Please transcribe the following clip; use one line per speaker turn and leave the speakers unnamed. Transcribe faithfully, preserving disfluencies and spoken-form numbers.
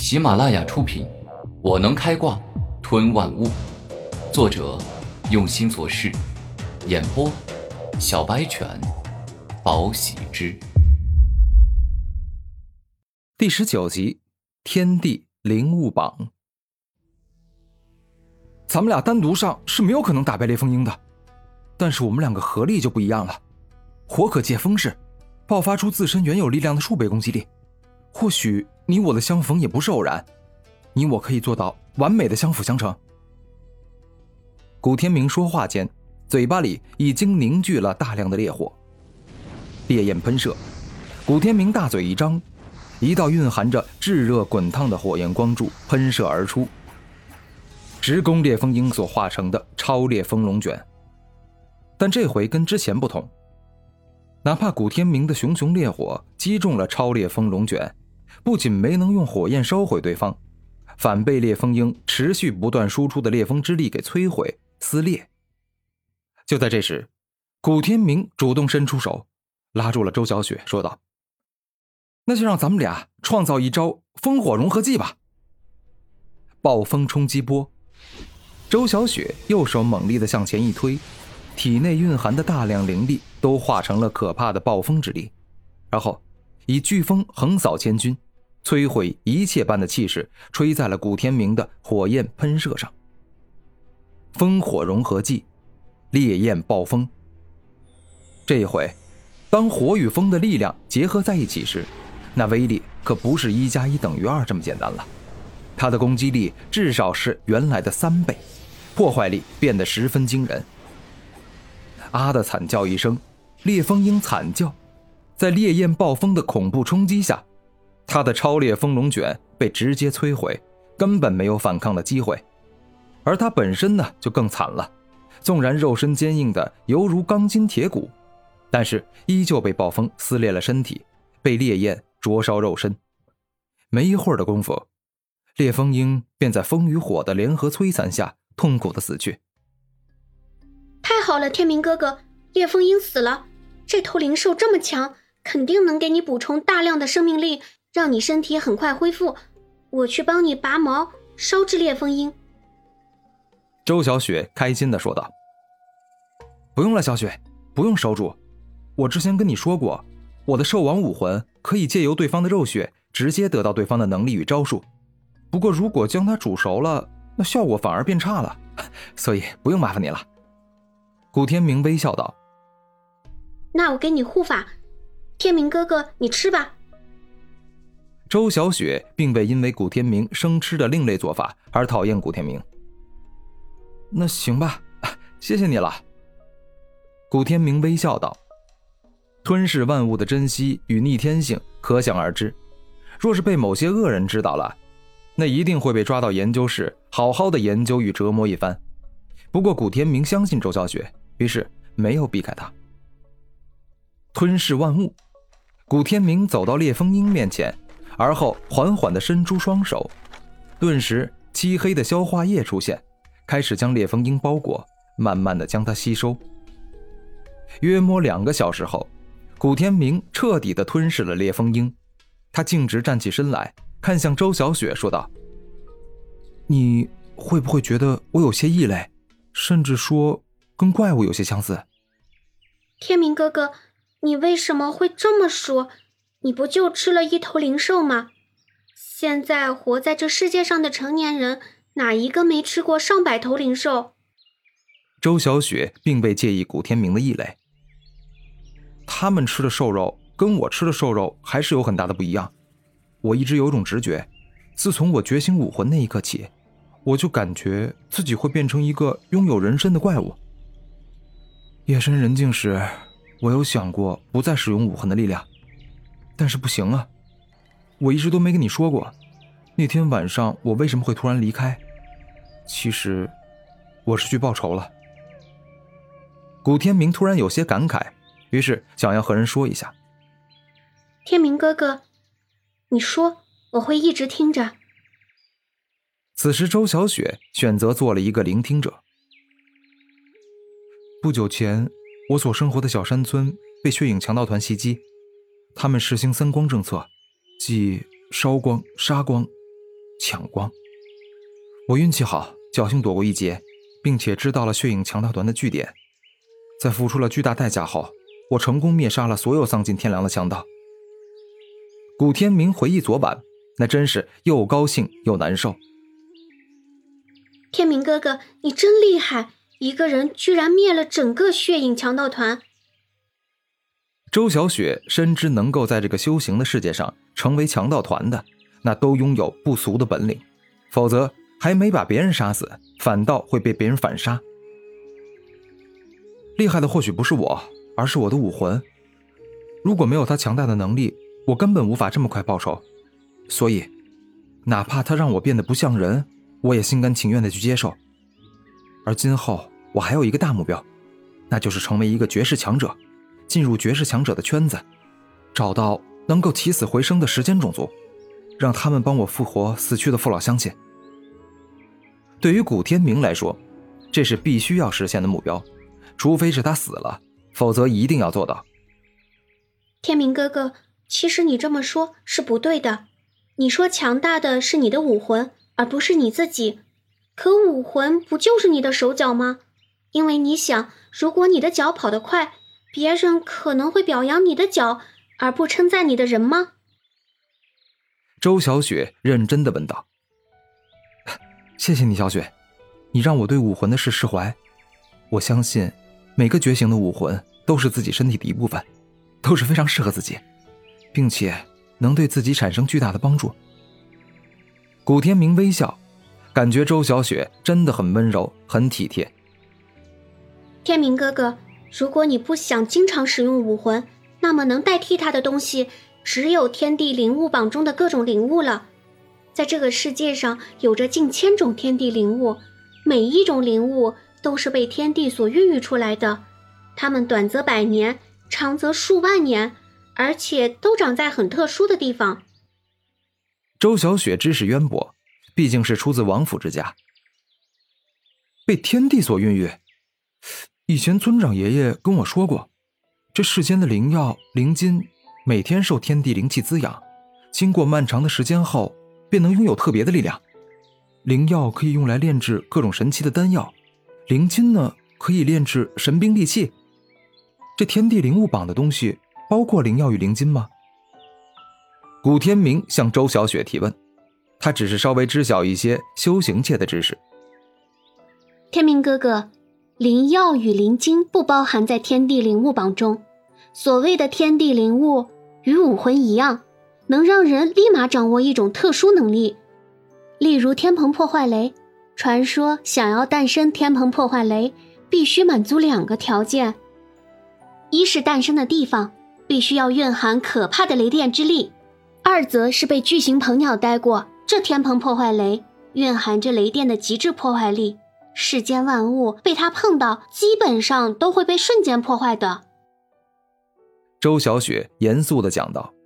喜马拉雅出品，我能开挂吞万物。作者用心做事，演播小白犬，宝喜之。
第十九集，天地灵物榜。咱们俩单独上是没有可能打败烈风鹰的，但是我们两个合力就不一样了。火可借风势，爆发出自身原有力量的数倍攻击力。或许你我的相逢也不是偶然，你我可以做到完美的相辅相成。古天明说话间，嘴巴里已经凝聚了大量的烈火，烈焰喷射。古天明大嘴一张，一道蕴含着炙热滚烫的火焰光柱喷射而出，直攻烈风鹰所化成的超烈风龙卷。但这回跟之前不同，哪怕古天明的熊熊烈火击中了超烈风龙卷，不仅没能用火焰烧毁对方，反被烈风鹰持续不断输出的烈风之力给摧毁撕裂。就在这时，古天明主动伸出手拉住了周小雪，说道：那就让咱们俩创造一招风火融合技吧。暴风冲击波。周小雪右手猛力地向前一推，体内蕴含的大量灵力都化成了可怕的暴风之力，然后以飓风横扫千军，摧毁一切般的气势吹在了古天明的火焰喷射上。风火融合技，烈焰暴风。这一回，当火与风的力量结合在一起时，那威力可不是一加一等于二这么简单了，它的攻击力至少是原来的三倍，破坏力变得十分惊人。啊的惨叫一声，烈风鹰惨叫，在烈焰暴风的恐怖冲击下，他的超烈风龙卷被直接摧毁，根本没有反抗的机会。而他本身呢，就更惨了，纵然肉身坚硬的犹如钢筋铁骨，但是依旧被暴风撕裂了身体，被烈焰灼烧肉身。没一会儿的功夫，烈风鹰便在风与火的联合摧残下痛苦的死去。
太好了，天明哥哥，烈风鹰死了，这头灵兽这么强，肯定能给你补充大量的生命力，让你身体很快恢复。我去帮你拔毛烧制烈风鹰。
周小雪开心地说道。不用了，小雪，不用烧煮，我之前跟你说过，我的兽王武魂可以借由对方的肉血直接得到对方的能力与招数，不过如果将它煮熟了，那效果反而变差了，所以不用麻烦你了。古天明微笑道。
那我给你护法，天明哥哥你吃吧。
周小雪并未因为古天明生吃的另类做法而讨厌古天明。那行吧，谢谢你了。古天明微笑道。吞噬万物的珍惜与逆天性可想而知，若是被某些恶人知道了，那一定会被抓到研究室好好的研究与折磨一番。不过古天明相信周小雪，于是没有避开他。吞噬万物。古天明走到烈风鹰面前，而后缓缓地伸出双手，顿时漆黑的消化液出现，开始将烈风鹰包裹，慢慢地将它吸收。约摸两个小时后，古天明彻底地吞噬了烈风鹰。他径直站起身来，看向周小雪说道：你会不会觉得我有些异类，甚至说跟怪物有些相似？
天明哥哥，你为什么会这么说？你不就吃了一头灵兽吗？现在活在这世界上的成年人，哪一个没吃过上百头灵兽？
周小雪并未介意古天明的异类。他们吃的兽肉跟我吃的兽肉还是有很大的不一样。我一直有一种直觉，自从我觉醒武魂那一刻起，我就感觉自己会变成一个拥有人身的怪物。夜深人静时，我有想过不再使用武魂的力量，但是不行啊。我一直都没跟你说过，那天晚上我为什么会突然离开，其实我是去报仇了。古天明突然有些感慨，于是想要和人说一下。
天明哥哥，你说，我会一直听着。
此时周小雪选择做了一个聆听者。不久前，我所生活的小山村被血影强盗团袭击，他们实行三光政策，即烧光、杀光， 抢光。我运气好，侥幸躲过一劫，并且知道了血影强盗团的据点。在付出了巨大代价后，我成功灭杀了所有丧尽天良的强盗。古天明回忆昨晚，那真是又高兴又难受。
天明哥哥，你真厉害，一个人居然灭了整个血影强盗团。
周小雪深知能够在这个修行的世界上成为强盗团的，那都拥有不俗的本领，否则还没把别人杀死，反倒会被别人反杀。厉害的或许不是我，而是我的武魂。如果没有他强大的能力，我根本无法这么快报仇。所以哪怕他让我变得不像人，我也心甘情愿地去接受。而今后我还有一个大目标，那就是成为一个绝世强者，进入绝世强者的圈子，找到能够起死回生的时间种族，让他们帮我复活死去的父老乡亲。对于古天明来说，这是必须要实现的目标，除非是他死了，否则一定要做到。
天明哥哥，其实你这么说是不对的。你说强大的是你的武魂，而不是你自己。可武魂不就是你的手脚吗？因为你想，如果你的脚跑得快，别人可能会表扬你的脚，而不称赞你的人吗？
周小雪认真地问道。谢谢你，小雪，你让我对武魂的事释怀。我相信每个觉醒的武魂都是自己身体的一部分，都是非常适合自己，并且能对自己产生巨大的帮助。古天明微笑，感觉周小雪真的很温柔，很体贴。
天明哥哥，如果你不想经常使用武魂，那么能代替它的东西只有天地灵物榜中的各种灵物了。在这个世界上有着近千种天地灵物，每一种灵物都是被天地所孕育出来的，它们短则百年，长则数万年，而且都长在很特殊的地方。
周小雪知识渊博，毕竟是出自王府之家。被天地所孕育，以前村长爷爷跟我说过，这世间的灵药灵金每天受天地灵气滋养，经过漫长的时间后便能拥有特别的力量。灵药可以用来炼制各种神奇的丹药，灵金呢可以炼制神兵利器。这天地灵物榜的东西包括灵药与灵金吗？古天明向周小雪提问，他只是稍微知晓一些修行界的知识。
天明哥哥，灵药与灵金不包含在天地灵物榜中。所谓的天地灵物与武魂一样，能让人立马掌握一种特殊能力，例如天蓬破坏雷。传说想要诞生天蓬破坏雷，必须满足两个条件：一是诞生的地方必须要蕴含可怕的雷电之力，二则是被巨型鹏鸟待过，这天蓬破坏雷蕴含着雷电的极致破坏力，世间万物被它碰到基本上都会被瞬间破坏的。
周小雪严肃地讲道。